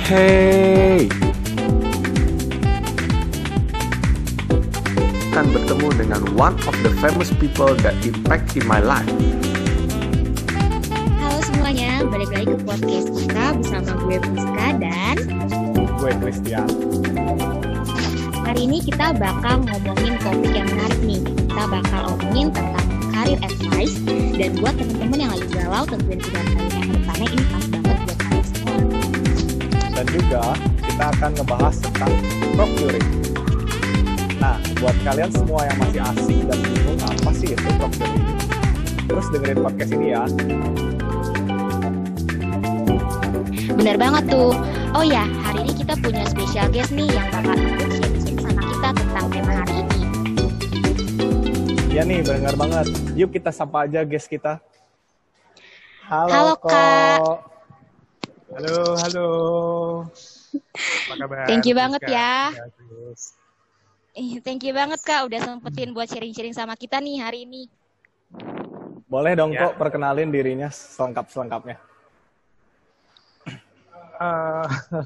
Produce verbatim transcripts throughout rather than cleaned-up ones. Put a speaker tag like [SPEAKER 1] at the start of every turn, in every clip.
[SPEAKER 1] Hey, akan bertemu dengan one of the famous people that impact in my life.
[SPEAKER 2] Halo semuanya, balik lagi ke podcast kita bersama gue Priska dan
[SPEAKER 3] gue Christian.
[SPEAKER 2] Hari ini kita bakal ngomongin topik yang menarik nih. Kita bakal ngomongin tentang career advice. Dan buat teman-teman yang lagi galau, tentuin pilihan kalian yang depannya ini pas banget buat kalian semua.
[SPEAKER 3] Dan juga kita akan ngebahas tentang procuring. Nah, buat kalian semua yang masih asing dan bingung apa sih itu procuring, terus dengerin podcast ini ya.
[SPEAKER 2] Bener banget tuh. Oh ya, hari ini kita punya special guest nih yang bakal ikut sharing sama kita tentang tema hari ini.
[SPEAKER 3] Iya nih, benar banget. Yuk kita sapa aja guest kita. Halo,
[SPEAKER 2] Halo Kak.
[SPEAKER 4] Halo, halo. Apa kabar?
[SPEAKER 2] Thank you banget
[SPEAKER 4] Kak?
[SPEAKER 2] ya.
[SPEAKER 4] Ya, terus.
[SPEAKER 2] Eh, thank you banget Kak udah sempetin buat sharing-sharing sama kita nih hari ini.
[SPEAKER 3] Boleh dong
[SPEAKER 4] Ya.
[SPEAKER 3] kok perkenalin dirinya selengkap-selengkapnya.
[SPEAKER 4] Uh,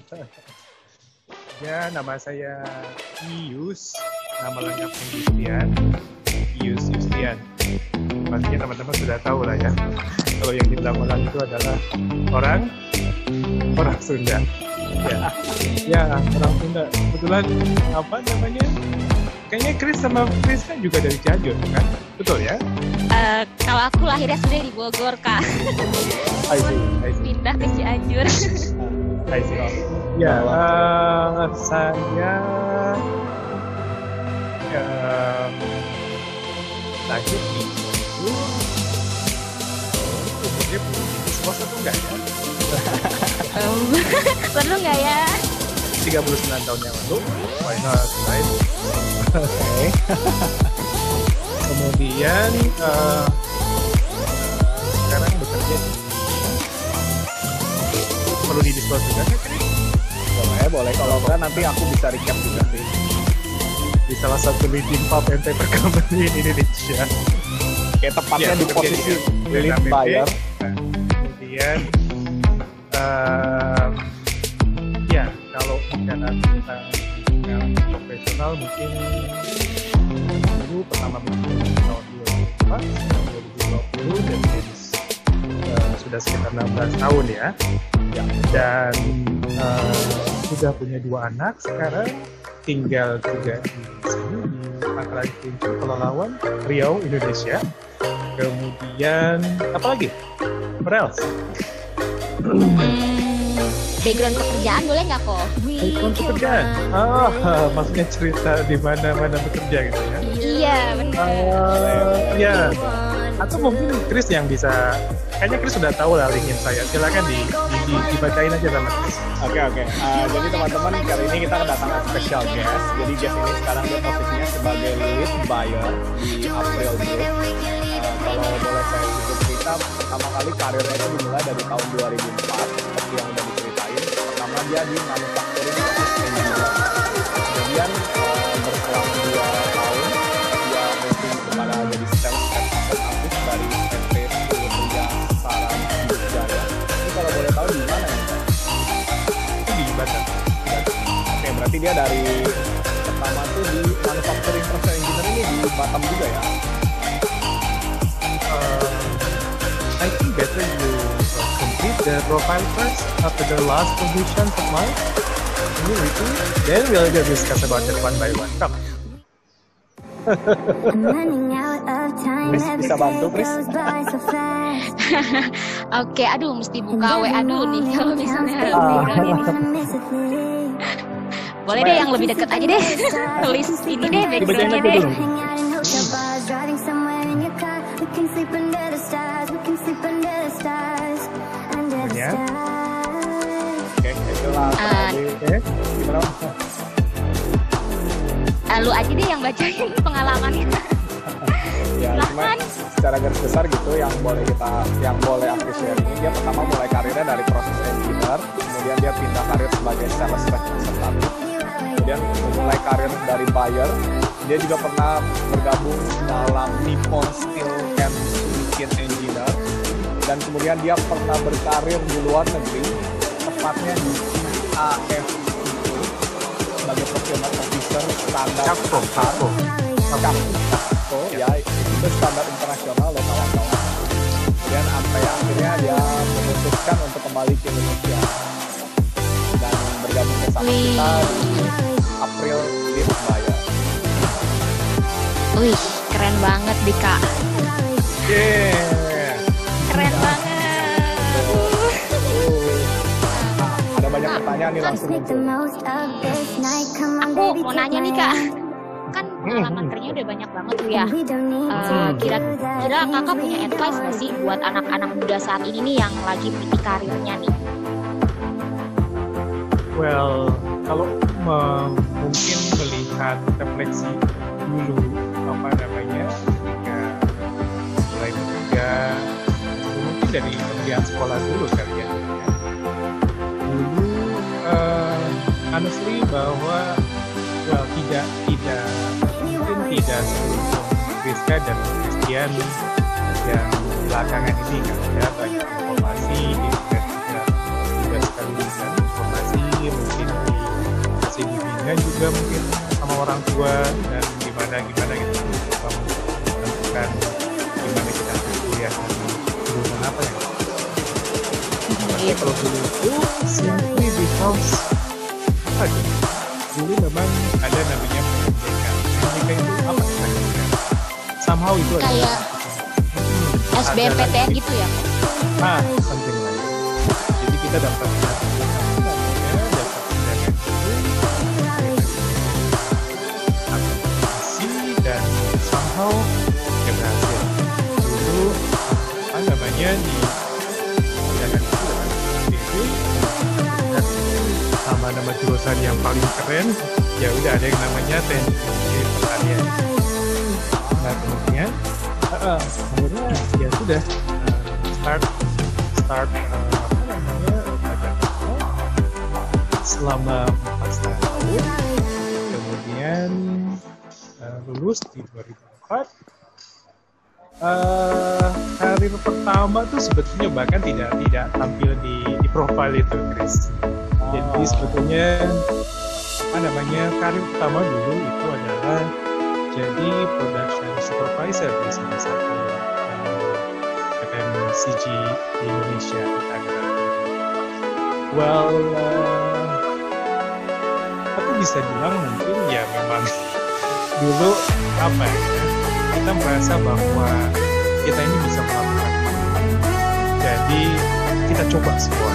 [SPEAKER 4] ya, nama saya Ius. Nama lengkapnya Yustian. Ius Yustian. Pastinya teman-teman sudah tahu lah ya. Kalau yang di belakang itu adalah orang orang Sunda. Ya, ya orang Sunda. Kebetulan apa namanya? Kayaknya Chris sama Chris kan juga dari Cianjur kan? Betul ya?
[SPEAKER 2] Uh, kalau aku lahirnya sudah di Bogor Kak.
[SPEAKER 3] I see, I see.
[SPEAKER 2] Pindah ke Cianjur.
[SPEAKER 4] I see. Ya, uh, saya um, lahir di itu umurnya sekolah satu enggak ya?
[SPEAKER 2] Um, Perlu nggak ya?
[SPEAKER 4] tiga puluh sembilan tahun yang lalu. Why not, right?
[SPEAKER 3] Oke.
[SPEAKER 4] Kemudian uh, sekarang bekerja di perlu di-disclose juga kan?
[SPEAKER 3] Boleh, boleh. Kalau enggak nanti aku bisa recap juga sih.
[SPEAKER 4] Di salah satu leading pulp and paper company di Indonesia.
[SPEAKER 3] Kayak tepatnya
[SPEAKER 4] Ya,
[SPEAKER 3] di
[SPEAKER 4] bekerja
[SPEAKER 3] posisi
[SPEAKER 4] di
[SPEAKER 3] lead
[SPEAKER 4] K P P.
[SPEAKER 3] buyer.
[SPEAKER 4] Nah, kemudian um, ya kalau bicara tentang yang profesional mungkin dulu pertama bekerja di tahun dua ribu empat, dua ribu dua puluh dan uh, sudah sekitar enam belas tahun ya.
[SPEAKER 3] Ya.
[SPEAKER 4] Dan uh, sudah punya dua anak sekarang, tinggal juga di sini di Pangkalan Kunci, Pelalawan, Riau, Indonesia. Kemudian apa lagi? What else?
[SPEAKER 2] Hmm, background pekerjaan boleh nggak kok?
[SPEAKER 4] Background pekerjaan. Ah, maksudnya cerita di mana-mana bekerja gitu ya?
[SPEAKER 2] Iya benar.
[SPEAKER 4] Uh, ya. Atau mungkin Chris yang bisa. Kayaknya Chris sudah tahu lah linkin saya. Silakan di, di, di dibacain aja sama Chris.
[SPEAKER 3] Oke oke. Uh, jadi teman-teman kali ini kita kedatangan special guest. Jadi guest ini sekarang dia posisinya sebagai lead buyer di April Group. Uh, kalau boleh saya sedikit cerita, pertama kali karirnya itu dimulai dari tahun dua ribu empat seperti yang udah diceritain. Pertama dia di manufacturing process engineer. Kemudian uh, berselang dua tahun dia moving kepada jadi sales representative dari P T Surya Saran Jaya. Ini kalau boleh tahu di mana ya?
[SPEAKER 4] Itu di Batam.
[SPEAKER 3] Oke, berarti dia dari pertama tuh di manufacturing process engineer ini di Batam juga ya?
[SPEAKER 4] Uh, I think better you uh, complete the profile first after the last position of mine. Ini itu, then we'll just discuss about it one by one. Come.
[SPEAKER 3] Chris, bisa bantu Chris?
[SPEAKER 2] Oke, aduh mesti buka W A dulu nih kalau misalnya harus
[SPEAKER 3] Ah.
[SPEAKER 2] background ini. Boleh deh yang lebih dekat aja deh. Tulis ini deh
[SPEAKER 4] Dibacain
[SPEAKER 2] backgroundnya
[SPEAKER 4] aja
[SPEAKER 2] deh.
[SPEAKER 4] dulu. Ya.
[SPEAKER 3] Oke, itulah
[SPEAKER 2] Ah.
[SPEAKER 3] tadi.
[SPEAKER 4] Oke.
[SPEAKER 3] Gimana?
[SPEAKER 2] Ah, lu aja deh yang bacain pengalamannya.
[SPEAKER 3] Ya, cuma
[SPEAKER 2] Silahkan.
[SPEAKER 3] secara garis besar gitu yang boleh kita, yang boleh aku share ini, dia pertama mulai karirnya dari proses engineer, kemudian dia pindah karir sebagai sales representative, kemudian mulai karir dari buyer, dia juga pernah bergabung dalam Nippon Steel and Kit Engineer, dan kemudian dia pernah berkarir di luar negeri, tepatnya di A F itu sebagai procurement officer standar
[SPEAKER 4] Cakpo, Cakpo.
[SPEAKER 3] Cakpo ya, itu standar internasional loh kawan-kawan. Kemudian sampai akhirnya dia memutuskan untuk kembali ke Indonesia dan bergabung bersama kita di April Lead Buyer.
[SPEAKER 2] Wih, keren banget Dika.
[SPEAKER 3] Yeah.
[SPEAKER 2] Keren banget.
[SPEAKER 3] Nah, ada banyak pertanyaan nih langsung muncul.
[SPEAKER 2] Aku mau nanya nih Kak, kan pengalaman kerjanya udah banyak banget tuh ya. Uh, kira-kira kakak punya advice nggak sih buat anak-anak muda saat ini nih yang lagi meniti karirnya nih?
[SPEAKER 4] Well, kalau me- mungkin melihat refleksi dulu apa namanya ketika mulai bekerja, mungkin dari kemudian sekolah dulu kali ya. Dulu uh, honestly bahwa well, tidak tidak mungkin tidak seluruh Rizka dan Christian yang belakangan ini kan ya banyak informasi di internet juga juga sekali dengan informasi mungkin dikasih bimbingan juga mungkin sama orang tua dan gimana gimana gitu kita menentukan gimana kita kuliah dan jurusan apa ya. Tapi kalau dulu itu simply because apa gitu? Dulu memang ada namanya P M D K. P M D K itu apa sebenarnya? Somehow itu ada
[SPEAKER 2] Kayak
[SPEAKER 4] hmm,
[SPEAKER 2] S B M P T N gitu ya?
[SPEAKER 4] Ah, something like that. Jadi kita dapat dapat namanya dapat undangan itu aplikasi dan somehow ya berhasil. Dulu apa namanya di undangan itu dapat itu sama nama jurusan yang paling keren ya udah ada yang namanya teknik pertanian. Nah kemudian uh, akhirnya ya sudah uh, start start uh, apa namanya ada selama empat tahun kemudian uh, lulus di dua ribu empat. Uh, karir pertama tuh sebetulnya bahkan tidak tidak tampil di di profile itu Chris. Jadi sebetulnya apa namanya karir pertama dulu itu adalah jadi production supervisor di salah satu uh, F M C G di Indonesia di Tangerang. Well, uh, aku bisa bilang mungkin ya memang dulu apa ya kita merasa bahwa kita ini bisa melakukan jadi kita coba semua.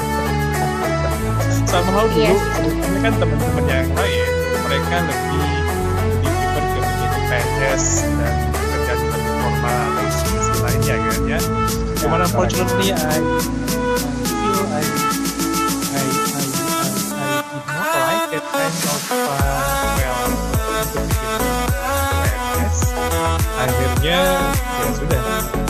[SPEAKER 4] Somehow dulu
[SPEAKER 2] Yes.
[SPEAKER 4] sebetulnya kan teman-teman yang lain mereka lebih lebih prefer ke menjadi P N S dan kerja di lebih formal dan sisi lainnya kan ya. Cuman unfortunately I feel I I I I, I did not like that kind of uh, well untuk bikin P N S. Akhirnya ya sudah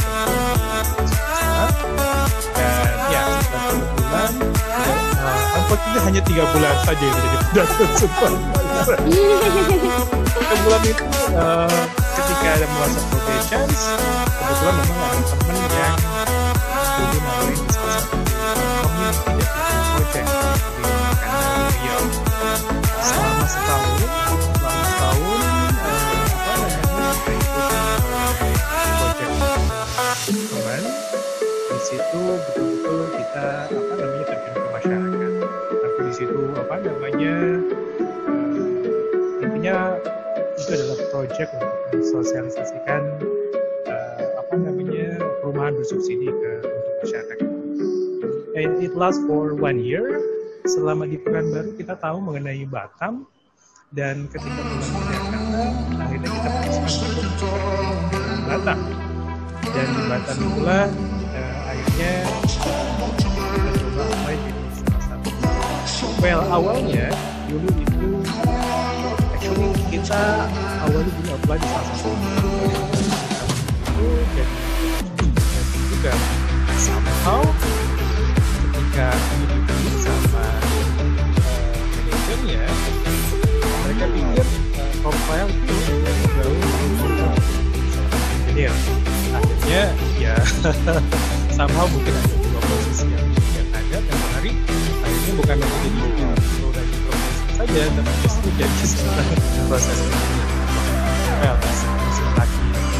[SPEAKER 4] dan ya setelah tiga bulan uh, unfortunately hanya tiga bulan saja itu jadi production supervisor. Tiga bulan itu uh, ketika ada masa probation kebetulan memang ada teman yang dulu nawarin di salah satu community development project di kantor beliau selama setahun selama setahun uh, apa namanya kita ikut project teman di situ betul-betul kita apa namanya terjun ke masyarakat tapi di situ apa namanya uh, intinya itu adalah project untuk mensosialisasikan uh, apa namanya perumahan bersubsidi ke untuk masyarakat and it lasts for one year. Selama di Pekanbaru kita tahu mengenai Batam dan ketika pulang ke Jakarta akhirnya kita putuskan untuk Batam dan di Batam itulah uh, akhirnya kita coba apply jadi salah satu well awalnya dulu itu actually kita awalnya dulu apply di salah satu itu jadi juga somehow ketika meeting sama uh, manajernya mereka pikir uh, profile itu jauh untuk engineer. Akhirnya ya somehow mungkin ada dua posisi yang, yang ada dan menarik akhirnya bukan lagi jadi ya, tapi justru jadi sesuatu proses well, masih lagi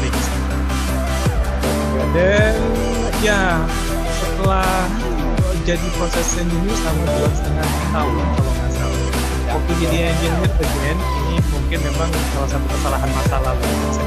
[SPEAKER 4] dan ya setelah jadi proses ini sama dua setengah tahun kalau nggak salah waktu jadi engineer again ini mungkin memang salah satu kesalahan masa lalu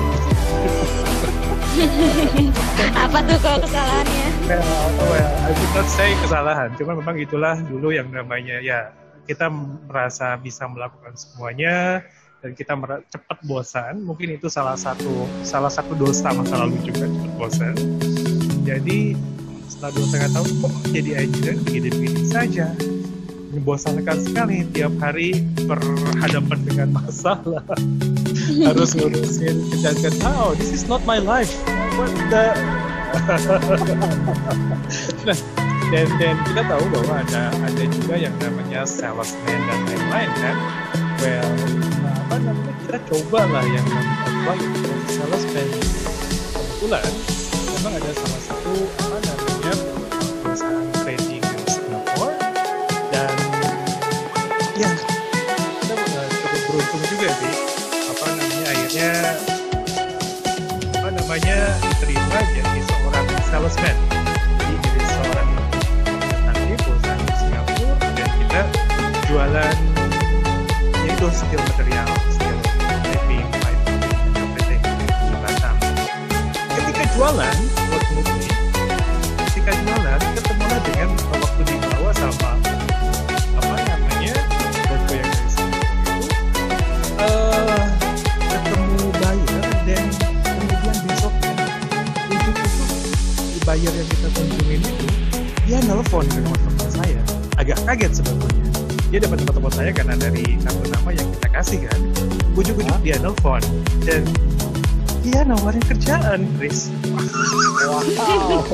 [SPEAKER 2] Apa tuh kalau kesalahannya?
[SPEAKER 4] well, well, I would not say kesalahan cuma memang itulah dulu yang namanya ya kita merasa bisa melakukan semuanya dan kita mer- cepat bosan, mungkin itu salah satu salah satu dosa masa lalu juga cepat bosan. Jadi setelah dua setengah tahun kok jadi engineer begini-begini saja, membosankan sekali tiap hari berhadapan dengan masalah, harus ngurusin kejadian. Oh, this is not my life. What the? Nah, dan dan kita tahu bahwa ada ada juga yang namanya salesman dan lain-lain kan. Well, apa namanya kita coba lah yang namanya salesman. Kebetulan memang ada salah satu apa namanya perusahaan trading di Singapura dan ya kita uh, cukup beruntung juga sih apa namanya akhirnya apa namanya diterima jadi seorang salesman. Jadi jadi seorang petani perusahaan di Singapura dan kita jualan itu skill material, skill typing, typing, everything di Batam. Ketika jualan, waktu ini, ketika jualan, ketemulah dengan waktu dibawa sama apa namanya, bosku yang dari sini itu, uh, ketemu buyer dan kemudian besoknya, ujuk-ujuk di buyer yang kita kunjungin itu, dia nelfon ke nomor telepon saya, agak kaget sebetulnya. Dia dapat telepon saya karena dari satu nama yang kita kasih kan. Ujuk-ujuk dia nelfon dan dia nawarin kerjaan, Chris.
[SPEAKER 3] Wow.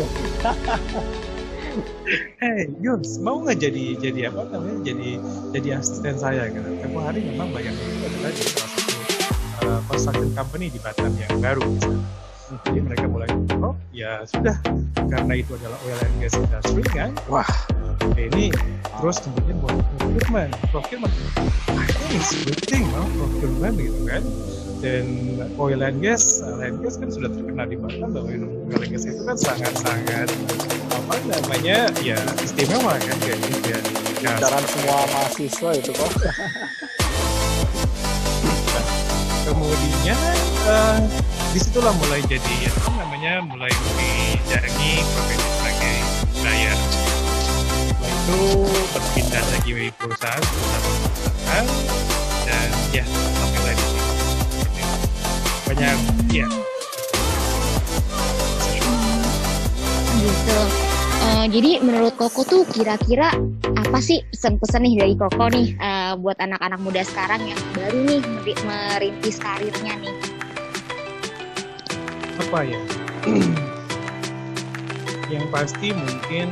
[SPEAKER 4] Hey, Yus, mau nggak jadi jadi apa namanya? Jadi jadi asisten saya kan. Tempo hari memang banyak itu adalah di salah satu uh, construction company di Batam yang baru misalnya. Jadi mereka mulai oh ya sudah karena itu adalah oil and gas industry kan. Wah, ini terus kemudian buat procurement, procurement, I think it's good thing, no? Procurement gitu kan. Dan oil and gas, oil and gas kan sudah terkenal di Batam bahwa oil and gas itu kan sangat-sangat apa namanya ya istimewa kan kayak gitu ya.
[SPEAKER 3] Bicaraan semua mahasiswa itu kok.
[SPEAKER 4] Kemudian uh, disitulah mulai jadi apa namanya mulai menjalani profesi sebagai buyer. Setelah itu berpindah lagi dari perusahaan perusahaan dan ya sampai lagi banyak ya.
[SPEAKER 2] Gitu. Uh, jadi menurut Koko tuh kira-kira apa sih pesan-pesan nih dari Koko nih uh, buat anak-anak muda sekarang yang baru nih merintis karirnya nih?
[SPEAKER 4] Apa ya? Yang pasti mungkin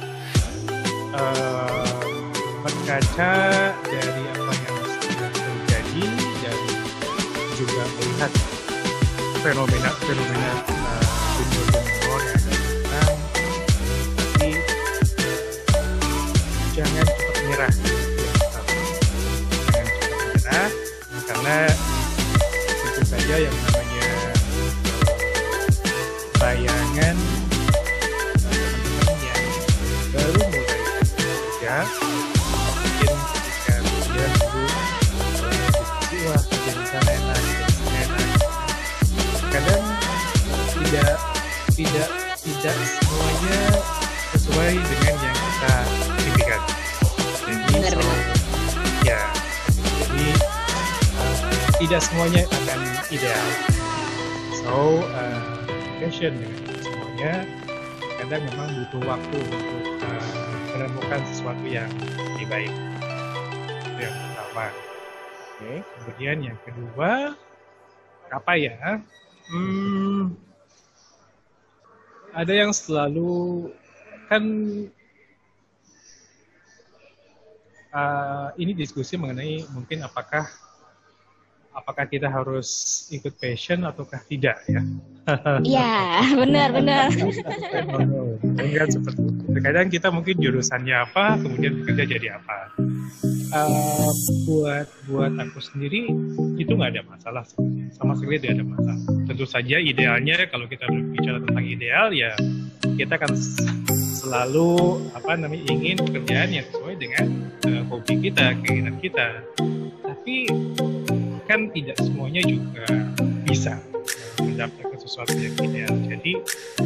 [SPEAKER 4] uh, berkaca dari apa yang sudah terjadi dan juga melihat fenomena-fenomena uh, dunia yang ada sekarang, tapi jangan cepat menyerah. Jangan cepat menyerah karena tentu saja yang namanya bayangan teman-teman yang baru mulai kerja mungkin ketika dia dulu diskusi wah kerja di sana enak kerja di sana enak kadang tidak tidak tidak semuanya sesuai dengan yang kita impikan jadi so, ya jadi uh, tidak semuanya akan ideal so uh, passion dengan semuanya kadang memang butuh waktu untuk uh, menemukan sesuatu yang lebih baik itu yang pertama. Oke, kemudian yang kedua apa ya hmm, ada yang selalu kan uh, ini diskusi mengenai mungkin apakah apakah kita harus ikut passion ataukah tidak ya?
[SPEAKER 2] Iya, benar-benar.
[SPEAKER 4] Enggak seperti itu. Kadang kita mungkin jurusannya apa, kemudian bekerja jadi apa. uh, buat buat aku sendiri itu nggak ada masalah, sama sekali tidak ada masalah. Tentu saja idealnya kalau kita berbicara tentang ideal ya kita kan selalu apa namanya ingin pekerjaan yang sesuai dengan uh, hobi kita, keinginan kita. Tapi kan tidak semuanya juga bisa mendapatkan sesuatu yang ideal. Jadi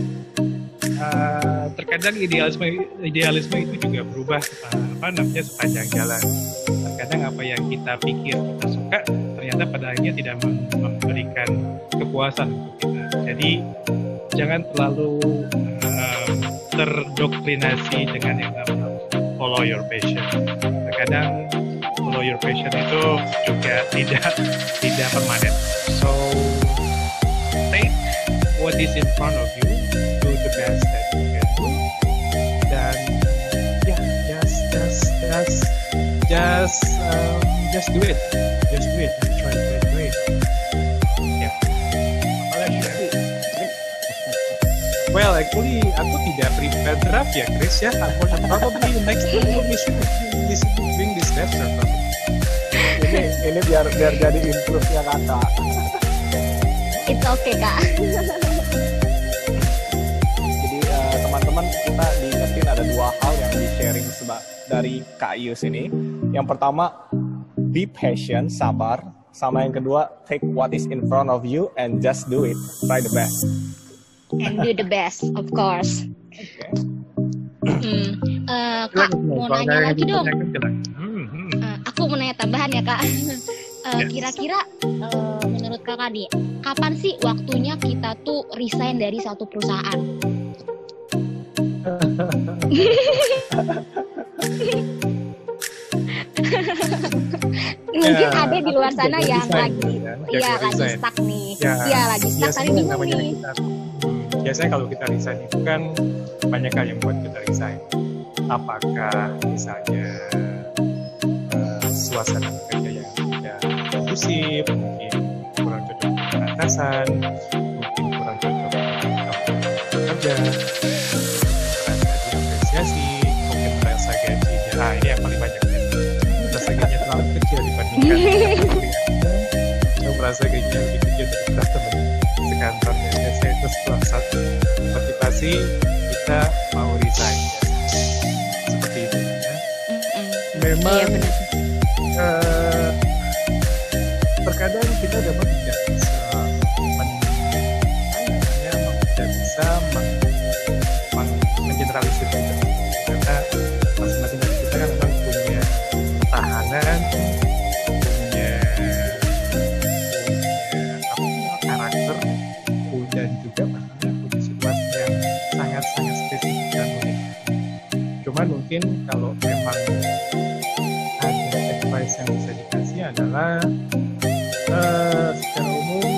[SPEAKER 4] uh, terkadang idealisme idealisme itu juga berubah uh, apa namanya sepanjang jalan. Terkadang apa yang kita pikir kita suka ternyata pada akhirnya tidak memberikan kepuasan untuk kita. Jadi jangan terlalu uh, terdoktrinasi dengan yang namanya follow your passion. Terkadang follow your passion itu juga tidak tidak permanen. So take what is in front of you, do the best that you can do, dan ya yeah, just just just just um, just do it, just do it, try to do it. Ya. Apalagi? Well, actually aku tidak prepare draft ya, Chris ya. Probably next time we should this bring this draft.
[SPEAKER 3] ini ini biar biar jadi improve-nya kakak.
[SPEAKER 2] It's okay kak.
[SPEAKER 3] Jadi uh, teman-teman kita diingetin ada dua hal yang di sharing seba- dari Kak Ius ini. Yang pertama be patient, sabar. Sama yang kedua take what is in front of you and just do it, try the best.
[SPEAKER 2] And do the best, of course.
[SPEAKER 3] Okay.
[SPEAKER 2] Hmm. Uh, kak mau nanya lagi dong. Uh, aku mau nanya tambahan ya kak. Uh, kira-kira uh, menurut kakak nih, kapan sih waktunya kita tuh resign dari satu perusahaan? Mungkin ya, ada di luar sana yang resign, lagi, ya, ya lagi stuck nih, ya, ya lagi stuck tadi bingung nih.
[SPEAKER 4] Kita, hmm, biasanya kalau kita resign itu kan banyak hal yang buat kita resign. Apakah misalnya uh, suasana kerja yang tidak kondusif, mungkin kurang cocok dengan atasan, mungkin kurang cocok dengan kerja, merasa diapresiasi, mungkin merasa gajinya, nah ini yang paling banyak ya, merasa gajinya terlalu kecil dibandingkan dengan merasa gajinya lebih kecil daripada teman sekantornya. Biasanya itu setelah satu motivasi kita mau resign ya. Seperti itu ya. Memang iya, uh, terkadang kita dapat tidak bisa menanya, tidak bisa mengeneralisir itu karena masing-masing dari kita kan memang punya tahanan, punya, punya apa, karakter, dan juga pastinya punya situasi yang sangat-sangat spesifik dan unik. Cuman mungkin kalau memang ada advice yang bisa dikasih adalah Uh, secara umum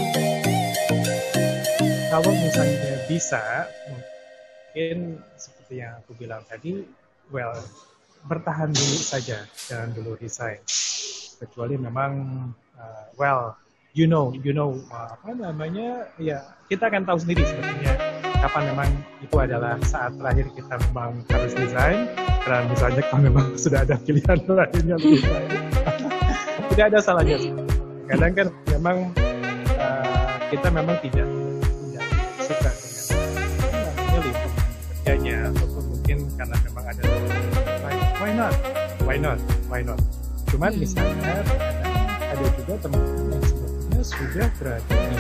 [SPEAKER 4] kalau misalnya bisa mungkin seperti yang aku bilang tadi, well bertahan dulu saja, jangan dulu resign, kecuali memang uh, well you know you know uh, apa namanya ya kita akan tahu sendiri sebetulnya kapan memang itu adalah saat terakhir kita memang harus resign. Karena misalnya kalau memang sudah ada pilihan lainnya resign tidak ada salahnya. Kadang kan memang uh, kita memang tidak tidak suka dengan namanya lingkungan kerjanya, ataupun mungkin karena memang ada why not, why not, why not. Cuman misalnya ada juga teman-teman yang sebetulnya sudah berada di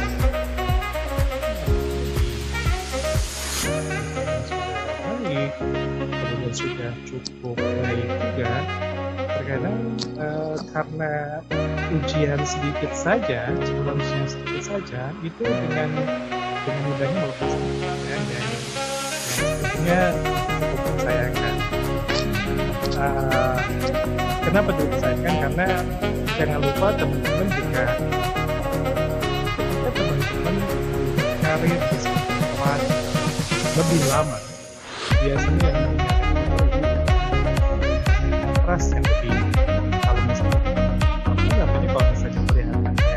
[SPEAKER 4] baik, kemudian sudah cukup baik juga. Terkadang uh, karena ujian sedikit saja, ujian sedikit saja, itu dengan dengan mudahnya melepaskan dan yang sebetulnya cukup disayangkan. Uh, kenapa cukup disayangkan? Karena jangan lupa teman-teman juga ketika teman-teman karir di tempat lebih lama, biasanya yang namanya ras yang lebih, kalau misalnya apa namanya kalau misalnya kelihatannya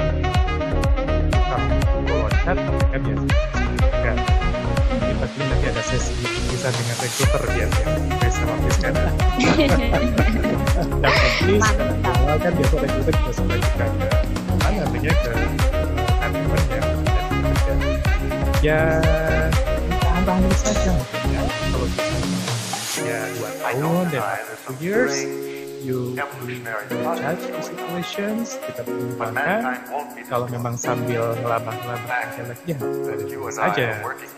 [SPEAKER 4] kamu loncat, mereka biasanya enggak. Jadi pasti nanti ada sesi bisa dengan recruiter dia yang face sama face kanan. Yang penting awal kan biasa kita juga sampai juga ke apa namanya ke kantor ya dan kerja. Ya tahan-tahan dulu saja mungkin ya. Kalau misalnya ya dua tahun dan after two years you judge the situations, kita pertimbangkan. Kalau memang sambil ngelamar-ngelamar kerja lagi ya ada juga saja.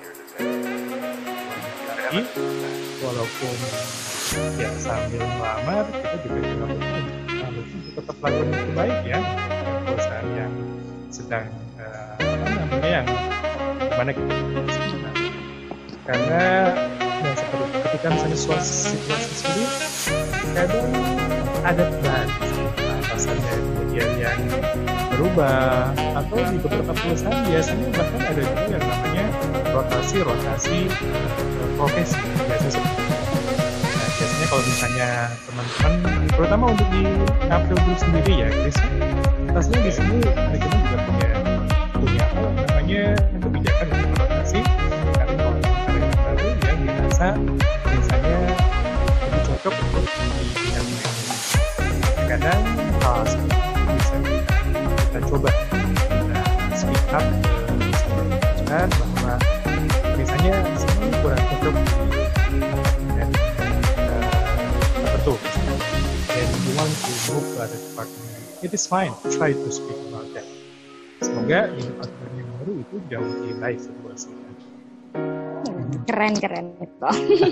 [SPEAKER 4] Jadi walaupun ya sambil melamar kita juga juga harus tetap lakukan yang terbaik ya perusahaan yang sedang uh, apa namanya yang mana kita bekerja. Karena ya seperti ketika misalnya suatu situasi sulit kadang ada perubahan atasannya kemudian yang berubah atau di beberapa perusahaan biasanya bahkan ada juga yang namanya rotasi-rotasi uh, profesi biasa seperti itu. Nah biasanya kalau misalnya teman-teman terutama untuk di April Group sendiri ya Chris, pastinya di sini kita juga punya punya apa namanya kebijakan untuk rotasi karena kalau karyawan baru yang dirasa misalnya lebih cocok untuk di bidang ini. Kadang hal seperti itu bisa kita, kita coba kita speak up ke bahwa misalnya semuanya kurang cocok dan tertentu dan you want to move to other department, it is fine, try to speak about that. Semoga di departemen yang baru itu jauh lebih baik situasinya.
[SPEAKER 2] Keren keren itu.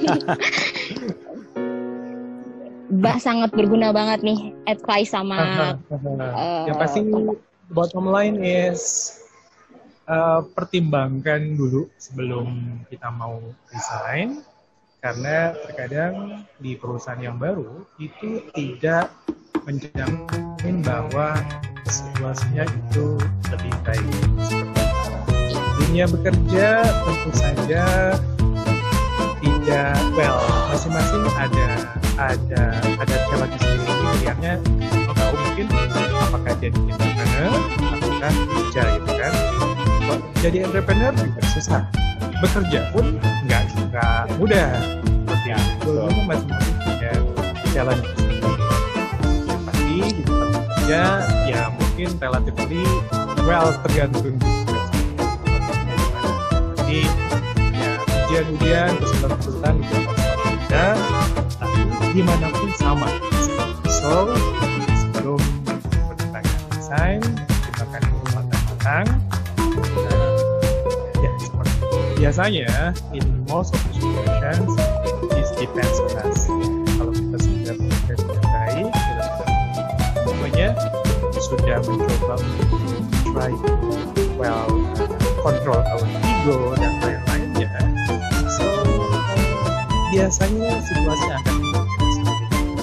[SPEAKER 2] Bah sangat berguna banget nih advice sama uh,
[SPEAKER 4] yang pasti bottom line is uh, pertimbangkan dulu sebelum kita mau resign karena terkadang di perusahaan yang baru itu tidak menjamin bahwa situasinya itu lebih baik. Dunia bekerja tentu saja tidak well, masing-masing ada ada ada challenge sendiri. Pilihannya mau tahu mungkin apakah jadi entrepreneur ataukah kerja gitu kan. Jadi entrepreneur juga susah, bekerja pun nggak nggak mudah. Seperti itu, masing-masing punya challenge sendiri. Yang pasti di tempat kerja ya mungkin relatively well tergantung juga. Jadi ujian-ujian kesulitan-kesulitan di beberapa kita tapi dimanapun sama. So sebelum bertanya desain kita akan matang-matang ya seperti itu. Biasanya in most of the situations this depends on us. Kalau kita sudah bekerja dengan baik kita sudah pokoknya sudah mencoba untuk try to well control our ego dan lain-lainnya, so biasanya situasi akan menjadi sendiri.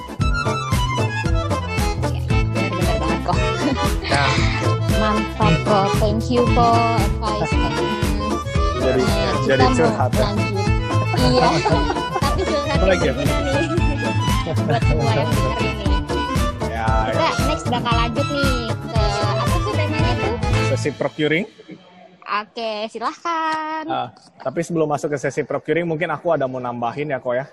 [SPEAKER 2] Benar-benar banget kok.
[SPEAKER 4] Nah,
[SPEAKER 2] Mantap kok, thank you kok advice-nya.
[SPEAKER 3] Jadi
[SPEAKER 2] Nah,
[SPEAKER 3] jadi
[SPEAKER 2] kita mau
[SPEAKER 3] curhat ya.
[SPEAKER 2] lanjut. Iya. Tapi curhat
[SPEAKER 4] Apa lagi ya?
[SPEAKER 2] nih buat semua yang dengerin nih.
[SPEAKER 3] Ya,
[SPEAKER 2] Kita next bakal lanjut nih ke apa tuh temanya tuh?
[SPEAKER 3] sesi procuring.
[SPEAKER 2] Oke, silahkan.
[SPEAKER 3] Uh, tapi sebelum masuk ke sesi procuring, mungkin aku ada mau nambahin ya, kok ya.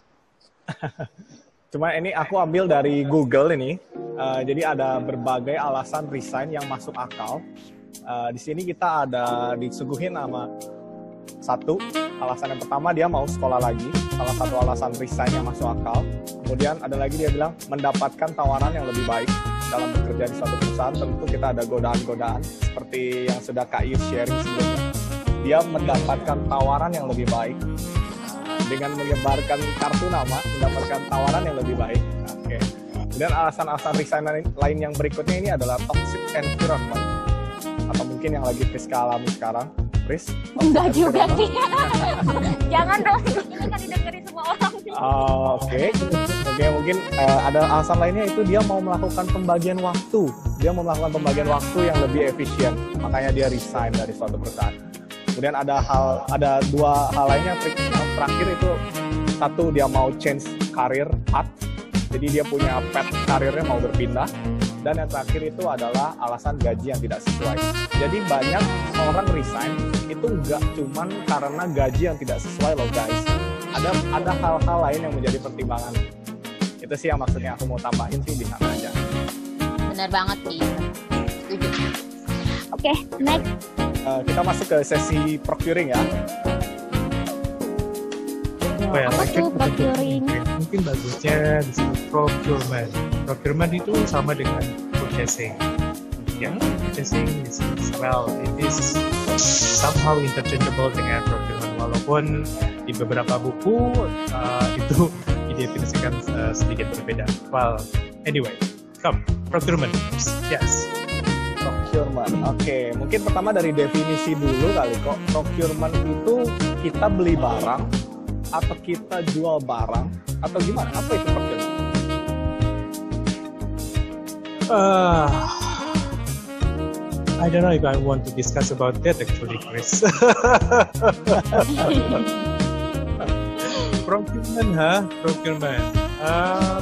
[SPEAKER 3] Cuma ini aku ambil dari Google ini. Uh, jadi ada berbagai alasan resign yang masuk akal. Uh, di sini kita ada disuguhin sama satu alasan yang pertama dia mau sekolah lagi. Salah satu alasan resign yang masuk akal. Kemudian ada lagi dia bilang mendapatkan tawaran yang lebih baik. Dalam bekerja di suatu perusahaan tentu kita ada godaan-godaan seperti yang sudah Kak Yus sharing sebelumnya. Dia mendapatkan tawaran yang lebih baik dengan menyebarkan kartu nama, mendapatkan tawaran yang lebih baik. Oke. Okay. Kemudian alasan-alasan resign lain yang berikutnya ini adalah toxic environment atau mungkin yang lagi Priska alami sekarang. Pris?
[SPEAKER 2] Enggak juga sih. Jangan dong, ini kan didengerin semua orang sih.
[SPEAKER 3] Oh, Oke, okay. Oke okay, mungkin uh, ada alasan lainnya itu dia mau melakukan pembagian waktu. Dia mau melakukan pembagian waktu yang lebih efisien, makanya dia resign dari suatu perusahaan. Kemudian ada hal, ada dua hal lainnya yang terakhir itu satu dia mau change career path, jadi dia punya path karirnya mau berpindah. Dan yang terakhir itu adalah alasan gaji yang tidak sesuai. Jadi banyak orang resign itu nggak cuman karena gaji yang tidak sesuai loh guys. Ada ada hal-hal lain yang menjadi pertimbangan. Itu sih yang maksudnya aku mau tambahin sih di sana aja.
[SPEAKER 2] Benar banget nih. Setuju. Oke, next.
[SPEAKER 3] Uh, kita masuk ke sesi procuring ya.
[SPEAKER 4] Oh ya,
[SPEAKER 2] Apa tuh procuring?
[SPEAKER 4] Mungkin bagusnya disebut procurement. Procurement itu sama dengan purchasing. Ya, purchasing is well, it is somehow interchangeable dengan procurement. Walaupun di beberapa buku uh, itu didefinisikan uh, sedikit berbeda. Well, anyway, come procurement. Yes.
[SPEAKER 3] Procurement. Oke, okay. Mungkin pertama dari definisi dulu kali kok. Procurement itu kita beli barang atau kita jual barang atau gimana? Apa itu procurement?
[SPEAKER 4] Uh, I don't know if I want to discuss about that actually, Chris. Procurement, huh? Procurement. Um,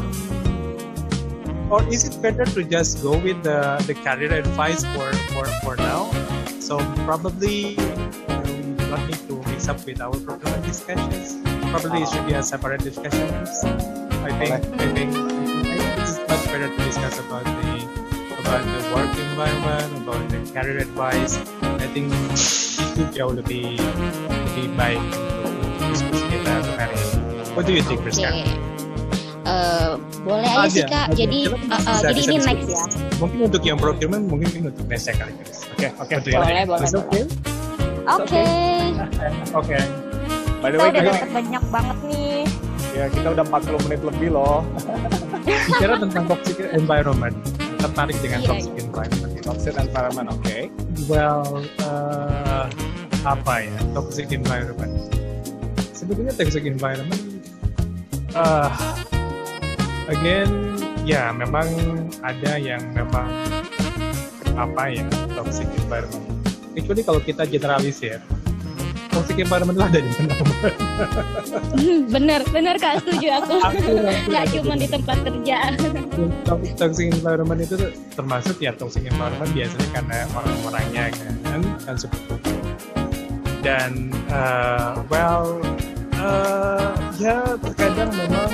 [SPEAKER 4] or is it better to just go with the, the career advice for, for, for now? So probably you know, we don't need to mix up with our procurement discussions. Probably it should be a separate discussion. I think, I think, I think it's much better to discuss about the about the work environment, about the career advice. I think itu jauh lebih lebih baik untuk diskusi kita hari ini. What do you think, Rizka?
[SPEAKER 2] Okay. Uh, boleh aja sih Kak. Aja. Jadi uh, uh,
[SPEAKER 4] bisa,
[SPEAKER 2] jadi
[SPEAKER 4] bisa,
[SPEAKER 2] ini
[SPEAKER 4] bisa,
[SPEAKER 2] next
[SPEAKER 4] bisa.
[SPEAKER 2] ya.
[SPEAKER 4] Mungkin untuk yang procurement, mungkin untuk next kali, Chris. Oke, oke.
[SPEAKER 2] Boleh, boleh.
[SPEAKER 4] Oke.
[SPEAKER 2] Oke.
[SPEAKER 4] Oke.
[SPEAKER 3] By the
[SPEAKER 2] Kita
[SPEAKER 3] way,
[SPEAKER 2] udah
[SPEAKER 3] kita
[SPEAKER 2] dapat banyak banget nih.
[SPEAKER 3] ya kita udah empat puluh menit lebih loh.
[SPEAKER 4] Bicara tentang toxic environment. Tertarik dengan
[SPEAKER 2] Iya,
[SPEAKER 4] toxic
[SPEAKER 2] iya.
[SPEAKER 4] environment.
[SPEAKER 3] Toxic environment, oke. Okay.
[SPEAKER 4] Well, uh, apa ya toxic environment? Sebetulnya toxic environment, uh, again, ya memang ada yang memang apa ya toxic environment. Kecuali kalau kita generalisir, toxic environment lah ada di mana-mana.
[SPEAKER 2] Bener, bener Kak, setuju aku. Nggak cuma di tempat kerja.
[SPEAKER 4] Toxic environment itu termasuk ya toxic environment biasanya karena orang-orangnya kan, kan seperti itu. Dan uh, well, uh, ya terkadang memang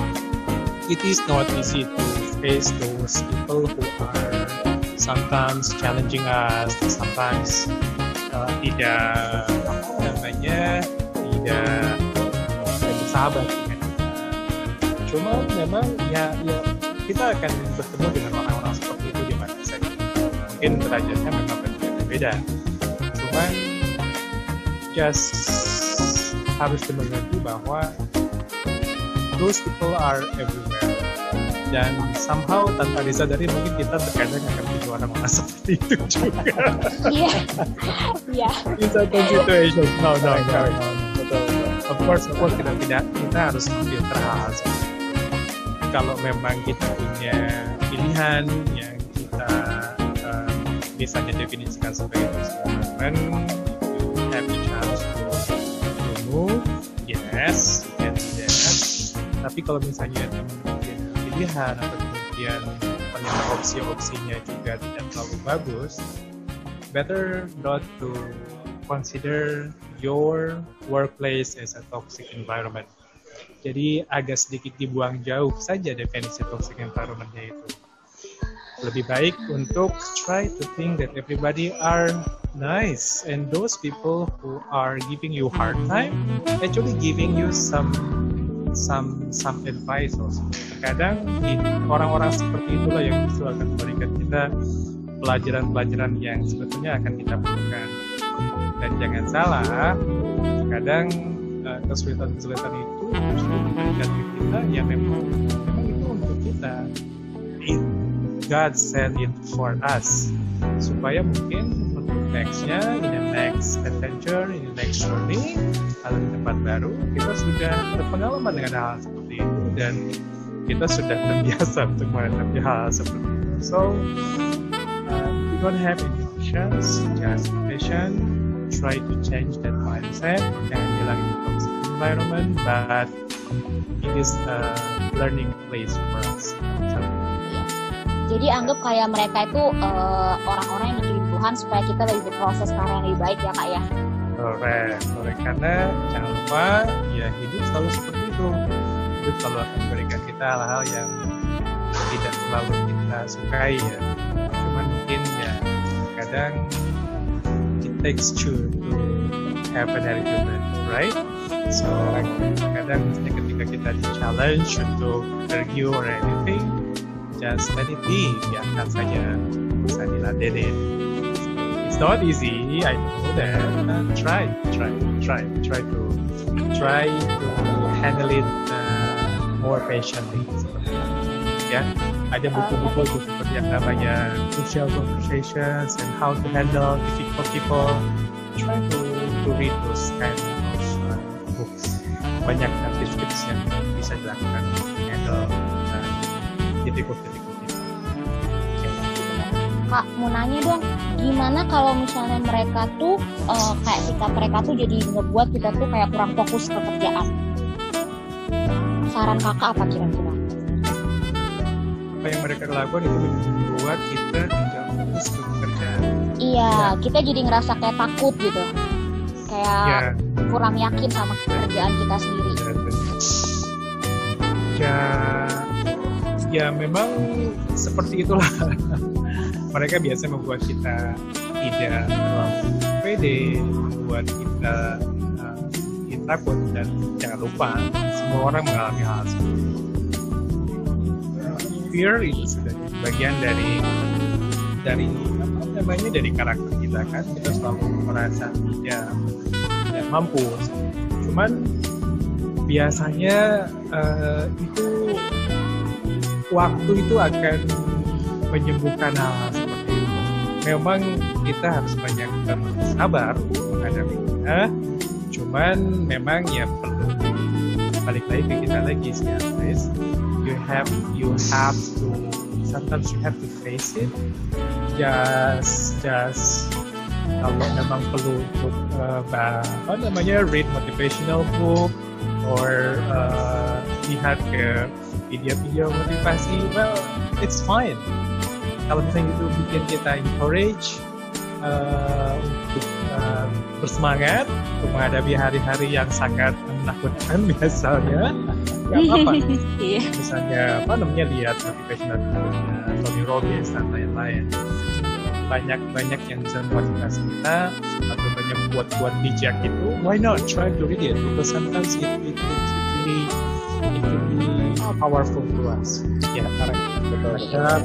[SPEAKER 4] it is not easy to face those people who are sometimes challenging us, sometimes uh, tidak apa namanya tidak tidak bersahabat dengan kita. Cuma memang ya ya kita akan bertemu dengan orang-orang seperti itu di mana saja. Mungkin derajatnya memang berbeda. Cuman just harus dimengerti bahwa those people are everywhere. Dan somehow tanpa disadari mungkin kita terkadang akan menjadi orang-orang seperti itu juga.
[SPEAKER 2] Iya, iya.
[SPEAKER 4] In certain situation, no, no, no, no.
[SPEAKER 3] Betul, betul.
[SPEAKER 4] Of course, of course kita tidak kita harus memfilter hal seperti itu. Kalau memang kita punya pilihan yang kita uh, misalnya definisikan sebagai toxic environment, you have the chance to, to move, yes, you can do that. Tapi kalau misalnya teman-teman pilihan atau kemudian ternyata opsi-opsinya juga tidak terlalu bagus, better not to consider your workplace as a toxic environment. Jadi agak sedikit dibuang jauh saja definisi toxic environment-nya itu. Lebih baik untuk try to think that everybody are nice and those people who are giving you hard time actually giving you some some some advice also. Kadang orang-orang seperti itulah yang justru akan memberikan kita pelajaran-pelajaran yang sebetulnya akan kita butuhkan. Dan jangan salah, kadang uh, kesulitan-kesulitan itu justru diberikan ke kita yang memang, memang itu untuk kita. It, God sent it for us supaya mungkin untuk nextnya, in the next adventure, in the next journey, atau di tempat baru, kita sudah berpengalaman dengan hal seperti itu dan kita sudah terbiasa untuk menghadapi hal seperti itu. So, uh, we don't have any options, just be patient, try to change that mindset, jangan hilangin toxic environment, but it is a learning place for us. So,
[SPEAKER 2] jadi anggap kayak mereka itu uh, orang-orang yang dikirim Tuhan supaya kita lebih berproses karena yang lebih baik ya Kak ya.
[SPEAKER 4] Correct, correct. Karena jangan lupa ya hidup selalu seperti itu. hidup selalu akan memberikan kita hal-hal yang tidak terlalu kita sukai ya. Cuman mungkin ya kadang it takes two to have an argument, right? So kadang misalnya ketika kita di challenge untuk argue or anything, just let it be, biarkan saja, bisa diladenin. It's not easy, I know that. Uh, try, try, try, try to try to handle it uh, more patiently. Ya, ada buku-buku seperti yang namanya Crucial Conversations and How to Handle Difficult People. Try to to read those kind of those, uh, books. Banyak tips-tips yang bisa dilakukan untuk handle uh, difficult difficult people.
[SPEAKER 2] Kak, mau nanya dong, gimana kalau misalnya mereka tuh uh, kayak sikap mereka tuh jadi ngebuat kita tuh kayak kurang fokus ke kerjaan? Saran kakak apa kira-kira?
[SPEAKER 4] Apa yang mereka lakukan itu membuat kita tidak fokus ke pekerjaan.
[SPEAKER 2] Iya,
[SPEAKER 4] Ya.
[SPEAKER 2] kita jadi ngerasa kayak takut gitu, kayak
[SPEAKER 4] Ya,
[SPEAKER 2] kurang yakin sama pekerjaan kita sendiri.
[SPEAKER 4] ya, ya memang seperti itulah. Mereka biasa membuat kita tidak terlalu pede, membuat kita uh, kita takut, dan jangan lupa semua orang mengalami hal seperti itu. Fear itu sudah bagian dari dari apa namanya dari karakter kita kan, kita selalu merasa tidak tidak mampu. Cuman biasanya uh, itu waktu itu akan menyembuhkan hal-hal seperti itu. Memang kita harus banyak sabar menghadapinya. Cuman memang ya perlu balik lagi ke kita lagi sih, guys. You have you have to sometimes you have to face it. Just just kalau memang perlu untuk uh, apa namanya read motivational book or uh, lihat ke video-video motivasi, well it's fine. Kalau misalnya itu bikin kita encourage uh, untuk uh, bersemangat untuk menghadapi hari-hari yang sangat menakutkan misalnya, nggak apa-apa. Misalnya apa namanya lihat motivational book-nya Tony Robbins dan lain-lain. Banyak-banyak yang bisa memotivasi kita atau banyak buat-buat bijak itu, why not try to read it, because sometimes it it, it, it really it really powerful to us. Ya, karena kita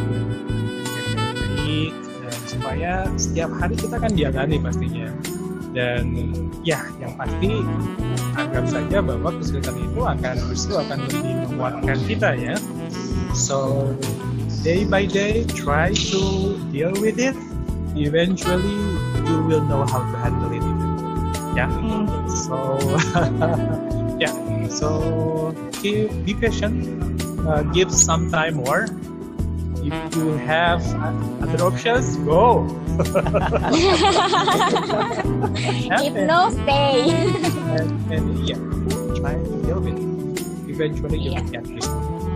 [SPEAKER 4] baik, dan supaya setiap hari kita kan dialami pastinya. Dan ya, yang pasti anggap saja bahwa kesulitan itu akan justru akan lebih menguatkan kita ya. So day by day, try to deal with it. Eventually, you will know how to handle it. Yeah. So, yeah. So, keep, be patient. Uh, give some time more. If you have other options, go.
[SPEAKER 2] If no, stay.
[SPEAKER 4] and, and yeah, try to deal with it. Eventually, you
[SPEAKER 2] Yeah.
[SPEAKER 4] will get this.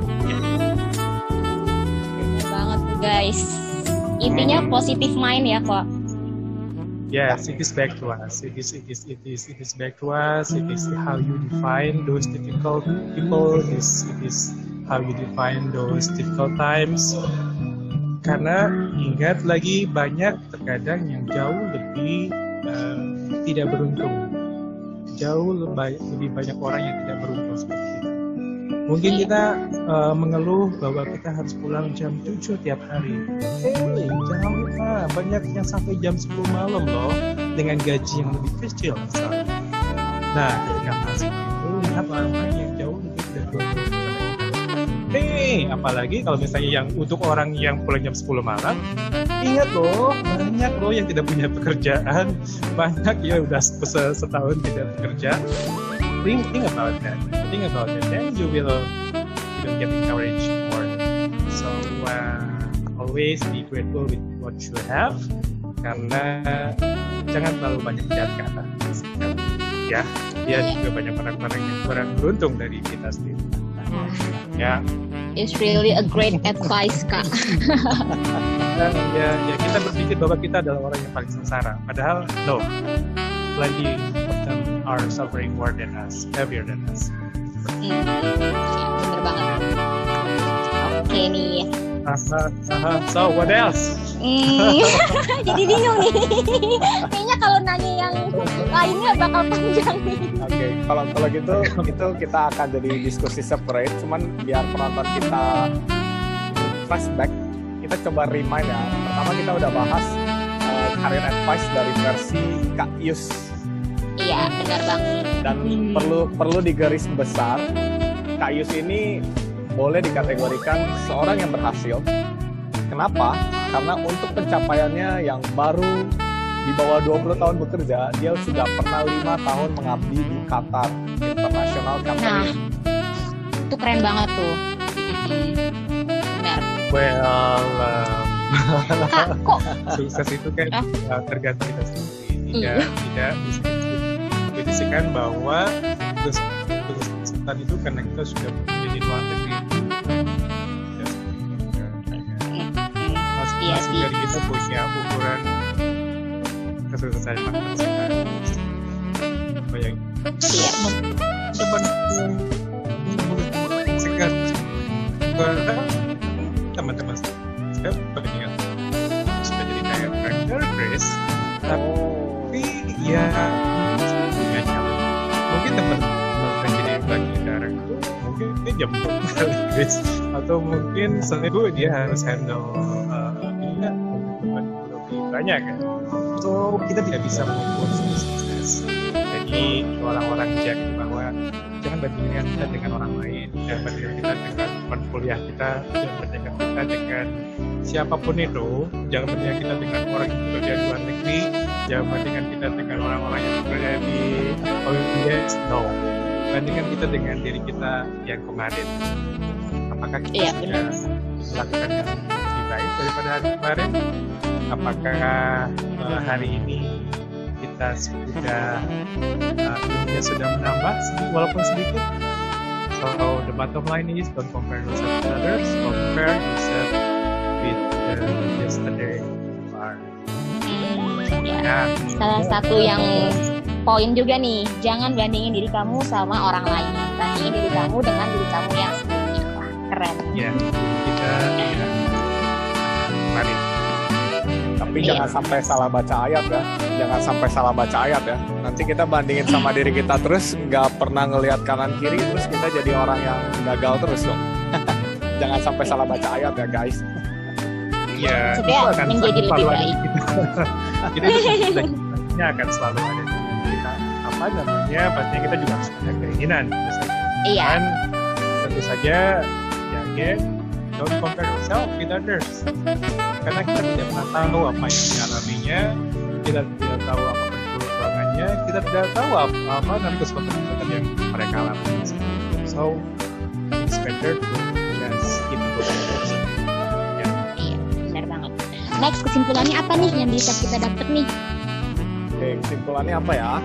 [SPEAKER 2] Banget tuh guys, intinya positive mind ya kok.
[SPEAKER 4] Yes, it is back to us. It is, it is, it is, it is back to us. It is how you define those difficult people. It is, it is how you define those difficult times. Karena ingat lagi, banyak terkadang yang jauh lebih uh, tidak beruntung. Jauh lebih, lebih banyak orang yang tidak beruntung seperti kita. Mungkin kita uh, mengeluh bahwa kita harus pulang jam tujuh tiap hari. Hey, jangan lupa, banyak yang sampai jam sepuluh malam loh, dengan gaji yang lebih kecil misalnya. Nah, ketika masuk itu, lihat orang-orang yang jauh lebih tidak beruntung. Hey, apalagi kalau misalnya yang untuk orang yang pulang jam sepuluh malam, ingat loh, banyak loh yang tidak punya pekerjaan, banyak ya udah setahun tidak bekerja. Think, think about that. Think about that. Then you will, you will get encouraged more. So uh, always be grateful with what you have. Karena jangan terlalu banyak lihat ke atas. Ya, dia juga banyak orang-orang yang kurang beruntung dari kita sendiri. Ya.
[SPEAKER 2] It's really a great advice kak.
[SPEAKER 4] Dan ya, ya kita berpikir bahwa kita adalah orang yang paling sengsara. Padahal no, plenty of them are suffering more than us, heavier than us.
[SPEAKER 2] Hmm, bener banget. Oke nih.
[SPEAKER 4] Aha, aha. So what else?
[SPEAKER 2] Hmm, jadi bingung nih. Kayaknya kalau nanya yang lainnya bakal panjang nih.
[SPEAKER 3] Oke, okay. kalau kalau gitu itu kita akan jadi diskusi separate. Cuman biar penonton kita flashback, kita coba remind ya. Pertama kita udah bahas uh, career advice dari versi Kak Yus.
[SPEAKER 2] Iya, benar banget.
[SPEAKER 3] Dan hmm. perlu perlu digaris besar, Kak Yus ini boleh dikategorikan seorang yang berhasil. Kenapa? Karena untuk pencapaiannya yang baru di bawah dua puluh tahun bekerja, dia sudah pernah lima tahun mengabdi di Qatar International Company.
[SPEAKER 2] Nah, itu keren banget tuh. Benar.
[SPEAKER 4] Well, um,
[SPEAKER 2] Kak, kok
[SPEAKER 4] sukses itu kan ah? tergantung kita sendiri. Tidak,
[SPEAKER 2] iya.
[SPEAKER 4] tidak bisa didefinisikan bahwa kesuksesan itu karena kita sudah bekerja di luar negeri.
[SPEAKER 2] Iya
[SPEAKER 4] Masing dari kita punya ukuran kesuksesan masing-masing. Bayang.
[SPEAKER 2] Iya.
[SPEAKER 4] Depan segar. Teman-teman saya banyak sudah jadi kayak director Grace, tapi ya punya challenge. Mungkin teman-teman jadi bagi director, mungkin dia jemput kali Grace, atau mungkin seminggu dia harus handle banyak kan, so kita tidak bisa mengukur sukses. Jadi orang-orang cek bahwa jangan bandingkan kita dengan orang lain, jangan bandingkan kita dengan teman kuliah kita, jangan bandingkan kita dengan siapapun itu, jangan bandingkan kita dengan orang yang bekerja di luar negeri, jangan bandingkan kita dengan orang-orang yang bekerja di O B S, no. Bandingkan kita dengan diri kita yang kemarin. Apakah kita
[SPEAKER 2] iya,
[SPEAKER 4] sudah melakukan yang lebih baik daripada hari kemarin? Apakah uh, hari ini kita sudah uh, ilmunya sudah menambah walaupun sedikit? So the bottom line is don't compare yourself with others, compare yourself with the yesterday you are.
[SPEAKER 2] Ya.
[SPEAKER 4] Nah,
[SPEAKER 2] Salah satu yang poin juga nih, jangan bandingin diri kamu sama orang lain, bandingin diri kamu dengan diri kamu yang sebelumnya. Wah, keren.
[SPEAKER 4] ya kita ya, mari.
[SPEAKER 3] Tapi iya. jangan sampai salah baca ayat ya. Jangan sampai salah baca ayat ya. Nanti kita bandingin sama diri kita terus, nggak pernah ngelihat kanan kiri, terus kita jadi orang yang gagal terus dong. Jangan sampai salah baca ayat ya guys.
[SPEAKER 4] Iya,
[SPEAKER 2] itu
[SPEAKER 4] akan
[SPEAKER 2] menjadi lebih baik.
[SPEAKER 4] Jadi itu akan selalu ada di kita. Apa namanya? Pastinya kita juga harus punya keinginan.
[SPEAKER 2] Iya.
[SPEAKER 4] Dan tentu saja, ya again, don't compare yourself with others. Karena kita tidak pernah tahu apa yang dialaminya, kita tidak tahu apa perjuangannya, kita tidak tahu apa, apa nanti kesulitan yang mereka alami. So, it's better to just keep going.
[SPEAKER 2] Ya. Iya, benar banget. Next, kesimpulannya apa nih yang bisa kita dapat nih?
[SPEAKER 3] Oke, kesimpulannya apa ya?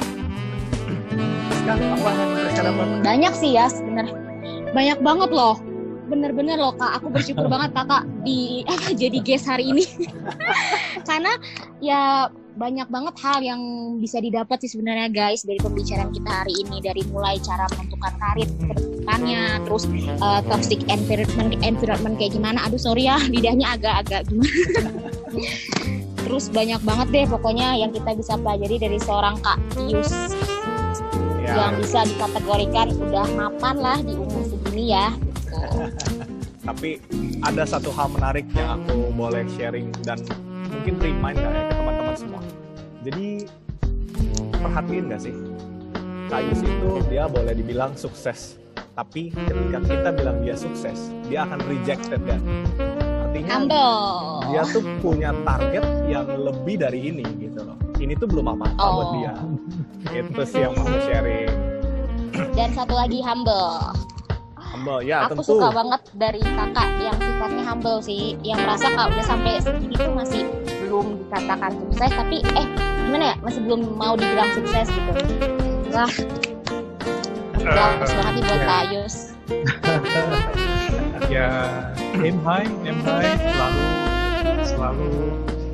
[SPEAKER 3] Sekarang apa? Sekarang apa?
[SPEAKER 2] Banyak sih ya sebenarnya. Banyak banget loh. Bener-bener loh Kak, aku bersyukur banget Kakak di apa jadi guest hari ini. Karena ya banyak banget hal yang bisa didapat sih sebenarnya guys dari pembicaraan kita hari ini, dari mulai cara menentukan karir ke depannya, terus uh, toxic environment environment kayak gimana. Aduh sorry ya, lidahnya agak-agak gimana. Terus banyak banget deh pokoknya yang kita bisa pelajari dari seorang Kak Yus ya. Yang bisa dikategorikan udah mapan lah di umur segini ya.
[SPEAKER 3] Tapi ada satu hal menarik yang aku boleh sharing dan mungkin remind ya ke teman-teman semua. Jadi perhatiin gak sih, Kayus itu dia boleh dibilang sukses, tapi ketika kita bilang dia sukses, dia akan rejected kan. Artinya
[SPEAKER 2] Humble.
[SPEAKER 3] dia tuh punya target yang lebih dari ini gitu loh. Ini tuh belum apa-apa
[SPEAKER 2] oh.
[SPEAKER 3] buat dia. Itu sih yang mau sharing.
[SPEAKER 2] Dan satu lagi humble.
[SPEAKER 3] Humble, ya
[SPEAKER 2] aku
[SPEAKER 3] tentu.
[SPEAKER 2] suka banget dari kakak yang sifatnya humble sih, yang merasa kalau udah sampai segini tuh masih belum dikatakan sukses, tapi eh gimana ya, masih belum mau dibilang sukses gitu. Wah, bagus uh, banget nih buat Kak Yus.
[SPEAKER 4] Ya, aim high, aim high, selalu, selalu,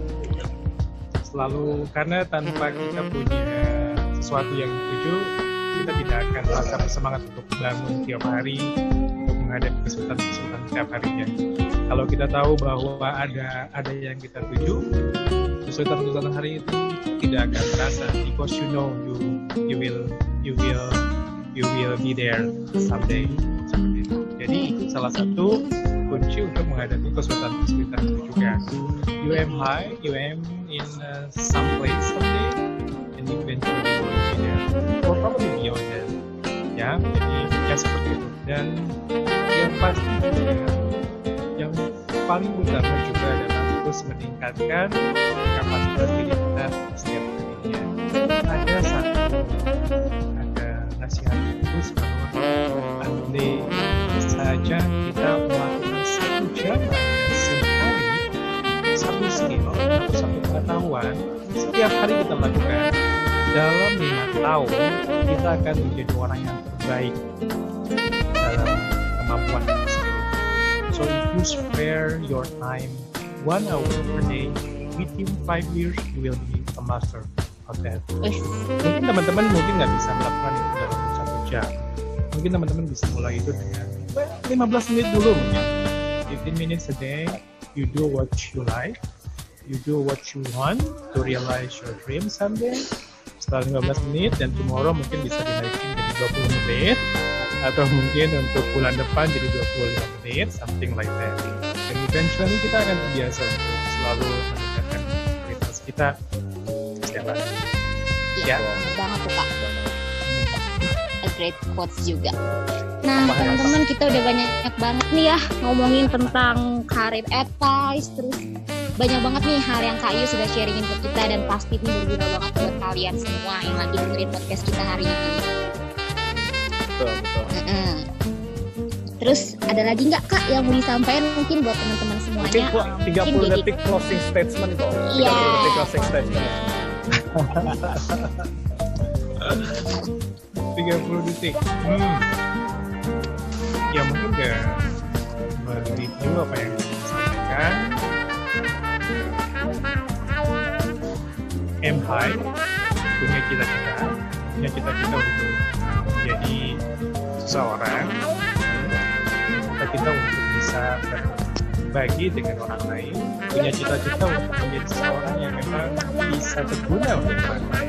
[SPEAKER 4] selalu, karena tanpa kita punya sesuatu yang dituju, kita tidak akan merasa bersemangat untuk bangun tiap hari untuk menghadapi kesulitan-kesulitan setiap harinya. Kalau kita tahu bahwa ada ada yang kita tuju, kesulitan-kesulitan hari itu tidak akan terasa, because you know you you will you will you will be there someday. Seperti itu. Jadi itu salah satu kunci untuk menghadapi kesulitan-kesulitan itu juga. You aim high, you aim in uh, some place someday, and eventually you will be there, or probably beyond that. Ya, jadi ya seperti itu. Dan yang pasti juga, yang paling utama juga adalah terus meningkatkan kapasitas diri kita setiap harinya. Ada satu ada nasihat khusus bahwa andai saja kita melakukan satu jam sehari, satu skill atau satu pengetahuan setiap hari kita lakukan, dalam lima tahun kita akan menjadi orang yang terbaik dalam kemampuan tersebut. So if you spare your time one hour per day, within five years you will be a master of that. Mungkin teman-teman mungkin nggak bisa melakukan itu dalam satu jam. Mungkin teman-teman bisa mulai itu dengan lima belas menit dulu mungkin. fifteen minutes a day, you do what you like, you do what you want to realize your dream someday. Setelah lima belas menit, dan tomorrow mungkin bisa dinaikin jadi dua puluh menit, atau mungkin untuk bulan depan jadi dua puluh lima menit, something like that. Dan eventually kita akan terbiasa untuk selalu meningkatkan kualitas kita setiap hari.
[SPEAKER 2] Iya,
[SPEAKER 4] Ya.
[SPEAKER 2] banget tuh Kak. A great quotes juga. Nah, teman-teman, kita udah banyak banget nih ya ngomongin tentang career advice, terus banyak banget nih hal yang Kak Yu sudah sharingin ke kita, dan pasti ini berguna banget buat kalian semua yang lagi dengerin podcast kita hari ini.
[SPEAKER 3] Betul, betul.
[SPEAKER 2] Mm-mm. Terus ada lagi nggak Kak yang mau disampaikan mungkin buat teman-teman semuanya?
[SPEAKER 3] Mungkin tiga puluh
[SPEAKER 2] Mungkin
[SPEAKER 3] detik closing statement kok.
[SPEAKER 2] Iya.
[SPEAKER 3] tiga puluh detik closing statement.
[SPEAKER 4] tiga puluh detik. Hmm. Ya mungkin gak mereview apa yang disampaikan. Aim high, punya cita-cita, punya cita-cita untuk menjadi seseorang, cita-cita untuk bisa berbagi dengan orang lain, punya cita-cita untuk menjadi seseorang yang memang bisa berguna untuk orang lain.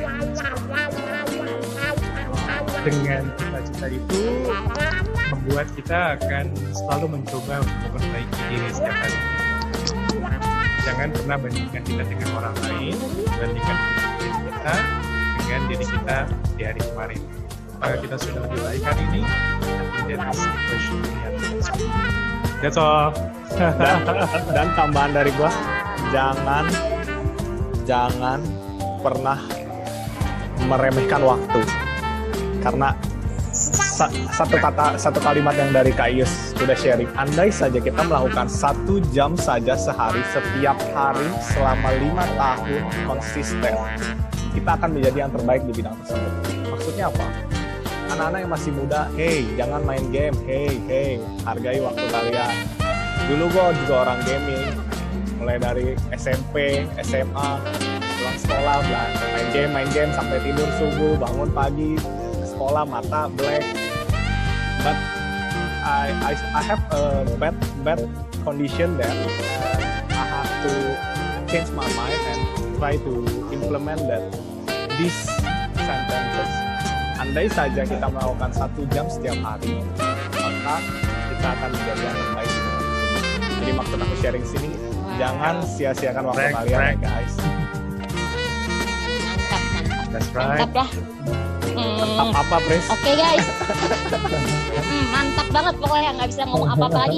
[SPEAKER 4] Dengan cita-cita itu membuat kita akan selalu mencoba untuk memperbaiki diri setiap hari. Jangan pernah bandingkan kita dengan orang lain, bandingkan diri kita dengan diri kita di hari kemarin. Maka kita sudah lebih baik hari ini. I think that is the question we have to ask. That's all.
[SPEAKER 3] dan, dan tambahan dari gua, jangan jangan pernah meremehkan waktu, karena sa- satu kata satu kalimat yang dari Kak Yus sudah sharing, andai saja kita melakukan satu jam saja sehari setiap hari selama lima tahun konsisten, kita akan menjadi yang terbaik di bidang tersebut. Maksudnya apa? Anak-anak yang masih muda, hey, jangan main game, hey, hey, hargai waktu kalian. Dulu gue juga orang gaming, mulai dari S M P, S M A, pulang sekolah, main game, main game sampai tidur subuh, bangun pagi, sekolah mata black. But I I, I have a bad bad condition that uh, I have to change my mind and try to implement that these sentences. Andai saja kita melakukan satu jam setiap hari, maka kita akan menjadi yang terbaik. Jadi maksud aku sharing sini, jangan sia-siakan waktu
[SPEAKER 4] Correct,
[SPEAKER 3] kalian
[SPEAKER 4] correct.
[SPEAKER 3] ya guys.
[SPEAKER 2] Mantap, mantap.
[SPEAKER 4] That's right.
[SPEAKER 2] Mantap lah.
[SPEAKER 3] Tetap
[SPEAKER 2] Hmm.
[SPEAKER 3] apa, Pres?
[SPEAKER 2] Oke guys, hmm, mantap banget pokoknya, nggak bisa ngomong apa-apa lagi.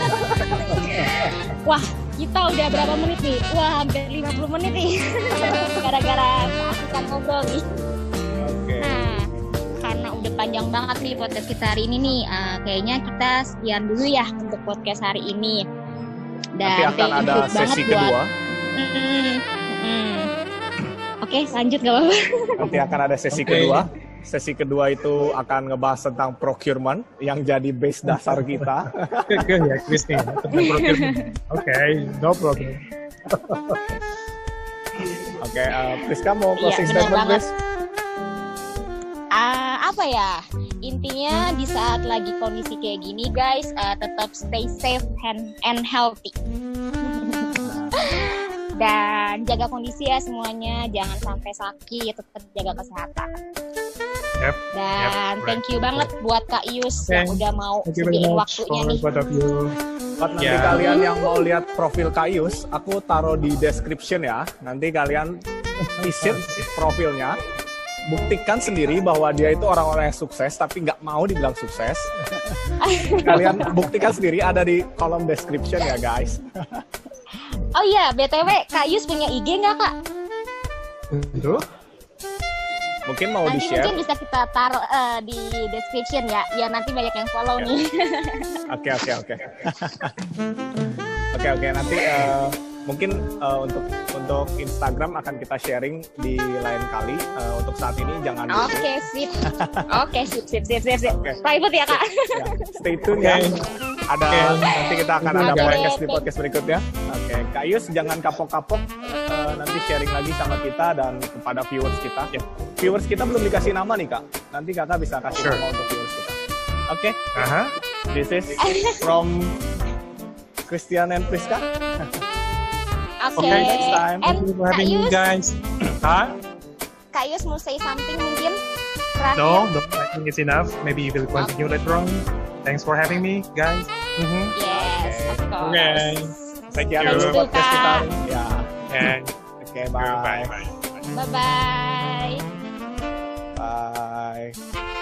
[SPEAKER 2] Wah, kita udah berapa menit nih? Wah, hampir lima puluh menit nih. Gara-gara keasikan ngobrol nih.
[SPEAKER 3] Oke.
[SPEAKER 2] Nah, karena udah panjang banget nih podcast kita hari ini nih, uh, kayaknya kita sekian dulu ya untuk podcast hari ini.
[SPEAKER 3] Nanti akan
[SPEAKER 2] thank you
[SPEAKER 3] ada
[SPEAKER 2] banget
[SPEAKER 3] sesi
[SPEAKER 2] buat-
[SPEAKER 3] kedua.
[SPEAKER 2] Hmm, hmm. Oke, lanjut gak apa-apa.
[SPEAKER 3] Nanti akan ada sesi
[SPEAKER 4] Oke.
[SPEAKER 3] kedua. Sesi kedua itu akan ngebahas tentang procurement yang jadi base dasar kita.
[SPEAKER 4] Good ya, Chris nih. Tentang procurement. Oke, no problem.
[SPEAKER 3] Oke, uh, Priska mau
[SPEAKER 2] Iya,
[SPEAKER 3] closing
[SPEAKER 2] benar
[SPEAKER 3] statement,
[SPEAKER 2] banget.
[SPEAKER 3] Pris?
[SPEAKER 2] Ah, apa ya? Intinya di saat lagi kondisi kayak gini guys, uh, tetap stay safe and, and healthy. Dan jaga kondisi ya semuanya, jangan sampai sakit, tetap jaga kesehatan.
[SPEAKER 4] Yep.
[SPEAKER 2] Dan
[SPEAKER 4] yep,
[SPEAKER 2] thank you banget buat Kak Yus
[SPEAKER 4] okay.
[SPEAKER 2] yang udah mau
[SPEAKER 4] Thank you
[SPEAKER 2] sediain
[SPEAKER 4] very much
[SPEAKER 2] waktunya
[SPEAKER 4] for
[SPEAKER 2] nih.
[SPEAKER 4] both of you.
[SPEAKER 3] Buat nanti
[SPEAKER 4] Yeah.
[SPEAKER 3] kalian yang mau lihat profil Kak Yus, aku taruh di description ya. Nanti kalian visit profilnya, buktikan sendiri bahwa dia itu orang-orang yang sukses, tapi nggak mau dibilang sukses. Kalian buktikan sendiri, ada di kolom description ya guys.
[SPEAKER 2] Oh iya, B T W Kak Yus punya I G nggak Kak?
[SPEAKER 4] Itu?
[SPEAKER 3] Mungkin mau
[SPEAKER 2] Nanti
[SPEAKER 3] di-share.
[SPEAKER 2] mungkin bisa kita taruh uh, di description ya, biar nanti banyak yang follow
[SPEAKER 3] Ya.
[SPEAKER 2] nih.
[SPEAKER 3] Oke oke oke. Oke oke nanti uh, mungkin uh, untuk untuk Instagram akan kita sharing di lain kali. Uh, untuk saat ini jangan dulu.
[SPEAKER 2] Oke, sip. Oke, sip, sip, sip, sip, sip.
[SPEAKER 3] Oke.
[SPEAKER 2] Private ya Kak?
[SPEAKER 3] Ya, stay tune ya. Ada
[SPEAKER 4] Oke.
[SPEAKER 3] nanti kita akan ada
[SPEAKER 2] Oke.
[SPEAKER 3] podcast di podcast berikutnya. Oke, Kak Yus jangan kapok-kapok. Uh, nanti sharing lagi sama kita dan kepada viewers kita.
[SPEAKER 4] Ya.
[SPEAKER 3] Viewers kita belum dikasih nama nih Kak. Nanti Kakak bisa kasih
[SPEAKER 4] Sure.
[SPEAKER 3] nama untuk viewers kita. Oke,
[SPEAKER 4] Aha.
[SPEAKER 3] this is from Christian and Priska.
[SPEAKER 2] Oke.
[SPEAKER 3] Okay, next time.
[SPEAKER 2] And
[SPEAKER 4] Thank you for
[SPEAKER 2] Kak
[SPEAKER 4] having me,
[SPEAKER 2] Yus,
[SPEAKER 4] guys. Huh?
[SPEAKER 2] Kak Yus mau say something mungkin? Terakhir.
[SPEAKER 4] No, no, I think it's enough. Maybe we'll continue later on. Thanks for having me, guys.
[SPEAKER 3] Mhm.
[SPEAKER 2] Yes, of course.
[SPEAKER 4] Okay. Thank you.
[SPEAKER 3] Sekian dulu
[SPEAKER 2] Thanks,
[SPEAKER 3] podcast kita.
[SPEAKER 2] Kak.
[SPEAKER 3] Ya.
[SPEAKER 4] And
[SPEAKER 3] Oke,
[SPEAKER 4] bye
[SPEAKER 3] bye.
[SPEAKER 4] bye.
[SPEAKER 2] Bye-bye.
[SPEAKER 3] Bye.